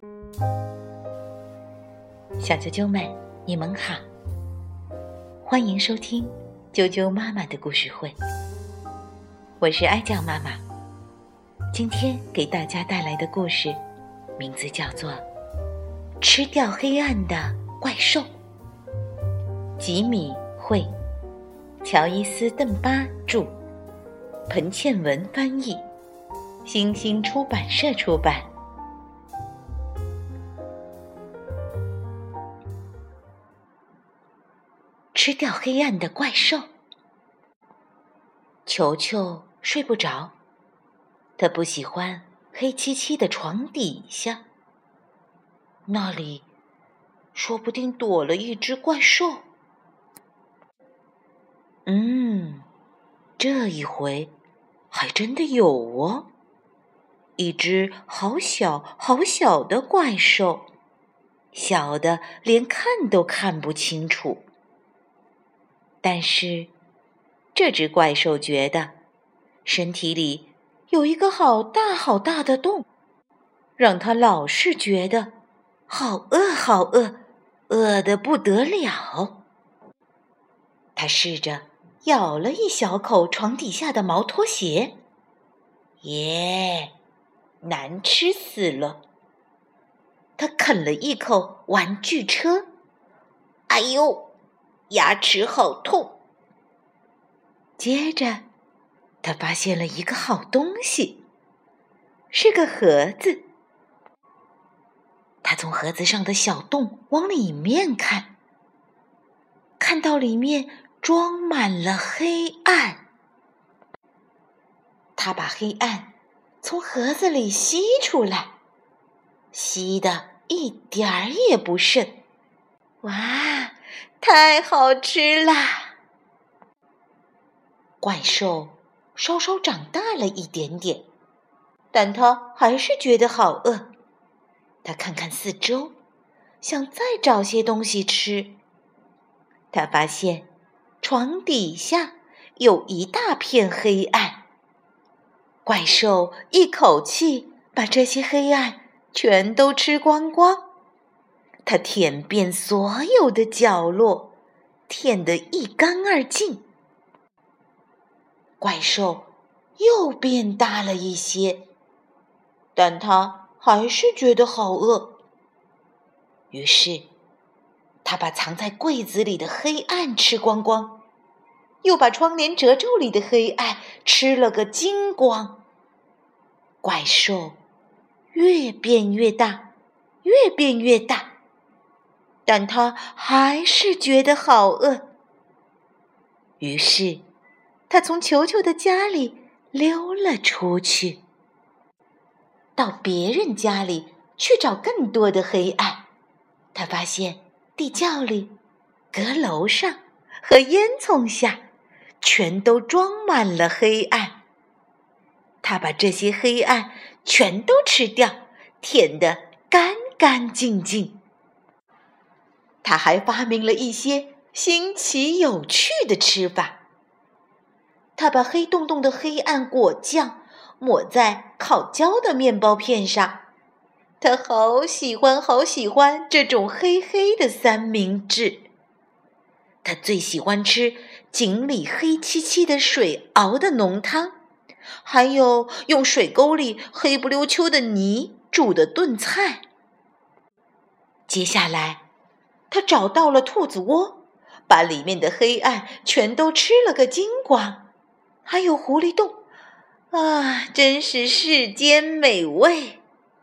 小啾啾们，你们好，欢迎收听啾啾妈妈的故事会。我是哀酱妈妈，今天给大家带来的故事名字叫做《吃掉黑暗的怪兽》，吉米绘，乔伊斯·邓巴著，彭倩文翻译，新星出版社出版。吃掉黑暗的怪兽。球球睡不着，他不喜欢黑漆漆的床底下，那里说不定躲了一只怪兽。这一回还真的有哦，一只好小好小的怪兽，小的连看都看不清楚。但是这只怪兽觉得身体里有一个好大好大的洞，让它老是觉得好饿好饿，饿得不得了。它试着咬了一小口床底下的毛拖鞋，难吃死了。它啃了一口玩具车，哎呦，牙齿好痛。接着他发现了一个好东西，是个盒子。他从盒子上的小洞往里面看，看到里面装满了黑暗。他把黑暗从盒子里吸出来，吸得一点儿也不剩。哇，太好吃啦！怪兽稍稍长大了一点点，但他还是觉得好饿。他看看四周，想再找些东西吃。他发现床底下有一大片黑暗。怪兽一口气把这些黑暗全都吃光光，它舔遍所有的角落，舔得一干二净。怪兽又变大了一些，但它还是觉得好饿。于是它把藏在柜子里的黑暗吃光光，又把窗帘褶皱里的黑暗吃了个精光。怪兽越变越大，越变越大，但它还是觉得好饿。于是他从球球的家里溜了出去，到别人家里去找更多的黑暗。他发现地窖里、阁楼上和烟囱下全都装满了黑暗。他把这些黑暗全都吃掉，舔得干干净净。他还发明了一些新奇有趣的吃法。他把黑洞洞的黑暗果酱抹在烤焦的面包片上，他好喜欢好喜欢这种黑黑的三明治。他最喜欢吃井里黑漆漆的水熬的浓汤，还有用水沟里黑不溜秋的泥煮的炖菜。接下来他找到了兔子窝，把里面的黑暗全都吃了个精光。还有狐狸洞，真是世间美味。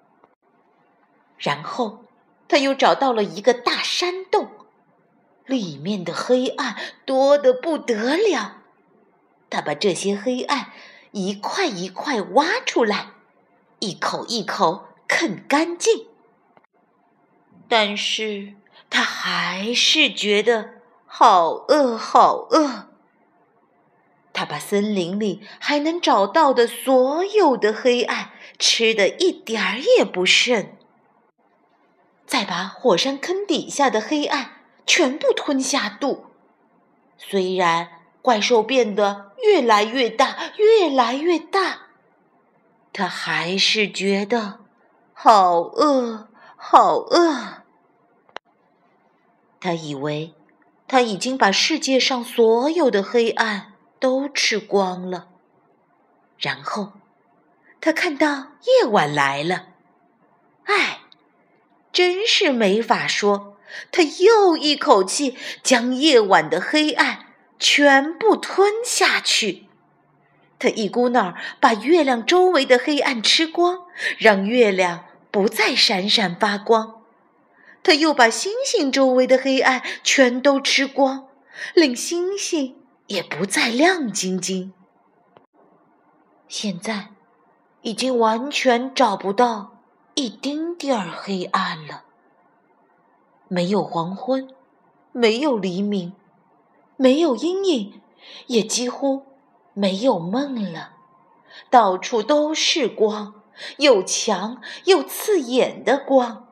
然后他又找到了一个大山洞，里面的黑暗多得不得了。他把这些黑暗一块一块挖出来，一口一口啃干净。但是他还是觉得好饿好饿。他把森林里还能找到的所有的黑暗吃得一点儿也不剩，再把火山坑底下的黑暗全部吞下肚。虽然怪兽变得越来越大，越来越大，他还是觉得好饿好饿。他以为他已经把世界上所有的黑暗都吃光了。然后他看到夜晚来了，真是没法说，他又一口气将夜晚的黑暗全部吞下去。他一股脑儿把月亮周围的黑暗吃光，让月亮不再闪闪发光。他又把星星周围的黑暗全都吃光，令星星也不再亮晶晶。现在已经完全找不到一丁点儿黑暗了。没有黄昏，没有黎明，没有阴影，也几乎没有梦了。到处都是光，又强又刺眼的光。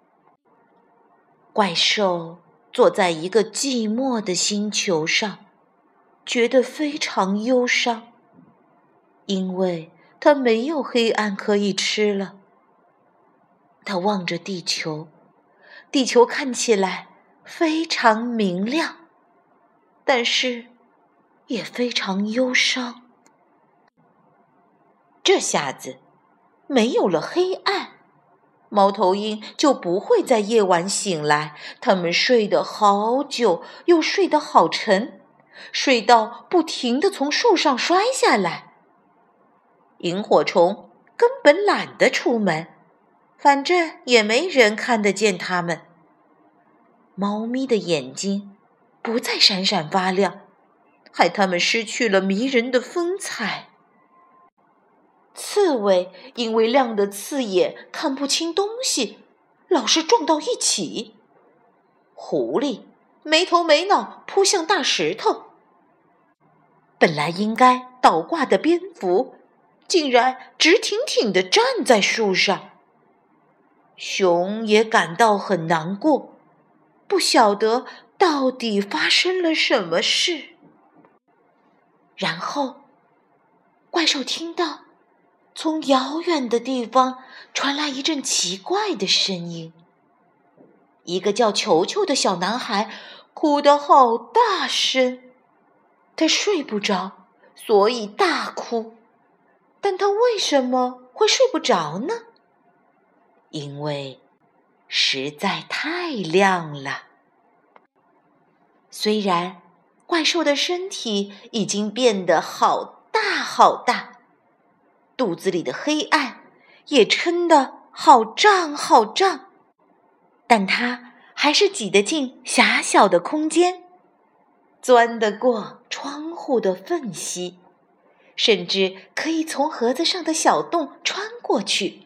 怪兽坐在一个寂寞的星球上，觉得非常忧伤，因为它没有黑暗可以吃了。他望着地球，地球看起来非常明亮，但是也非常忧伤。这下子没有了黑暗，猫头鹰就不会在夜晚醒来，它们睡得好久，又睡得好沉，睡到不停地从树上摔下来。萤火虫根本懒得出门，反正也没人看得见它们。猫咪的眼睛不再闪闪发亮，害它们失去了迷人的风采。刺猬因为亮的刺眼看不清东西，老是撞到一起。狐狸没头没脑扑向大石头。本来应该倒挂的蝙蝠，竟然直挺挺地站在树上。熊也感到很难过，不晓得到底发生了什么事。然后，怪兽听到从遥远的地方传来一阵奇怪的声音。一个叫球球的小男孩哭得好大声，他睡不着，所以大哭。但他为什么会睡不着呢？因为实在太亮了。虽然怪兽的身体已经变得好大好大，肚子里的黑暗也撑得好胀好胀，但它还是挤得进狭小的空间，钻得过窗户的缝隙，甚至可以从盒子上的小洞穿过去。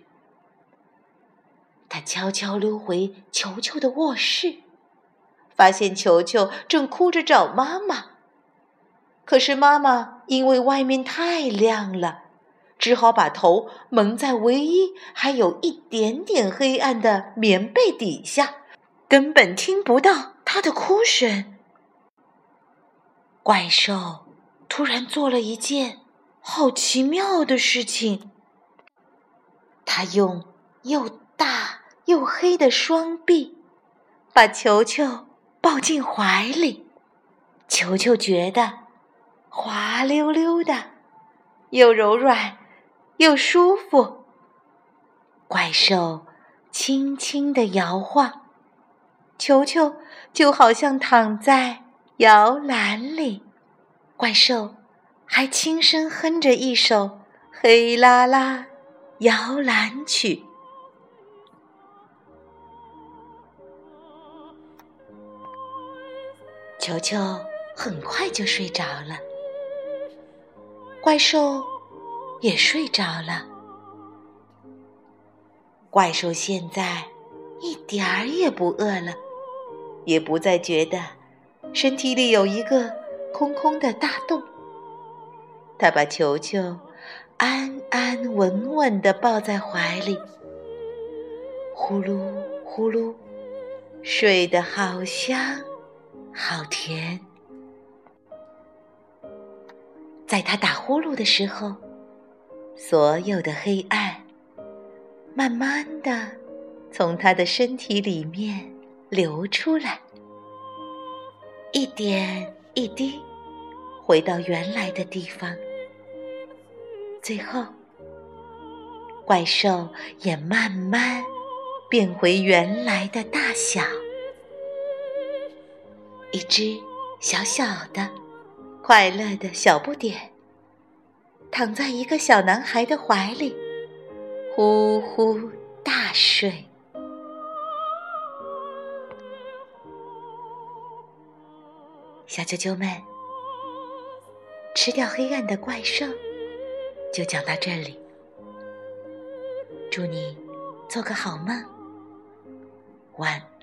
他悄悄溜回球球的卧室，发现球球正哭着找妈妈。可是妈妈因为外面太亮了，只好把头蒙在唯一还有一点点黑暗的棉被底下，根本听不到她的哭声。怪兽突然做了一件好奇妙的事情，他用又大又黑的双臂把球球抱进怀里，球球觉得滑溜溜的，又柔软又舒服。怪兽轻轻地摇晃，球球就好像躺在摇篮里。怪兽还轻声哼着一首黑啦啦摇篮曲。球球很快就睡着了，怪兽也睡着了。怪兽现在一点儿也不饿了，也不再觉得身体里有一个空空的大洞。他把球球安安稳稳地抱在怀里，呼噜呼噜，睡得好香好甜。在他打呼噜的时候，所有的黑暗慢慢地从他的身体里面流出来，一点一滴回到原来的地方。最后，怪兽也慢慢变回原来的大小。一只小小的、快乐的小不点，躺在一个小男孩的怀里，呼呼大睡。小啾啾们，吃掉黑暗的怪兽就讲到这里。祝你做个好梦，晚安。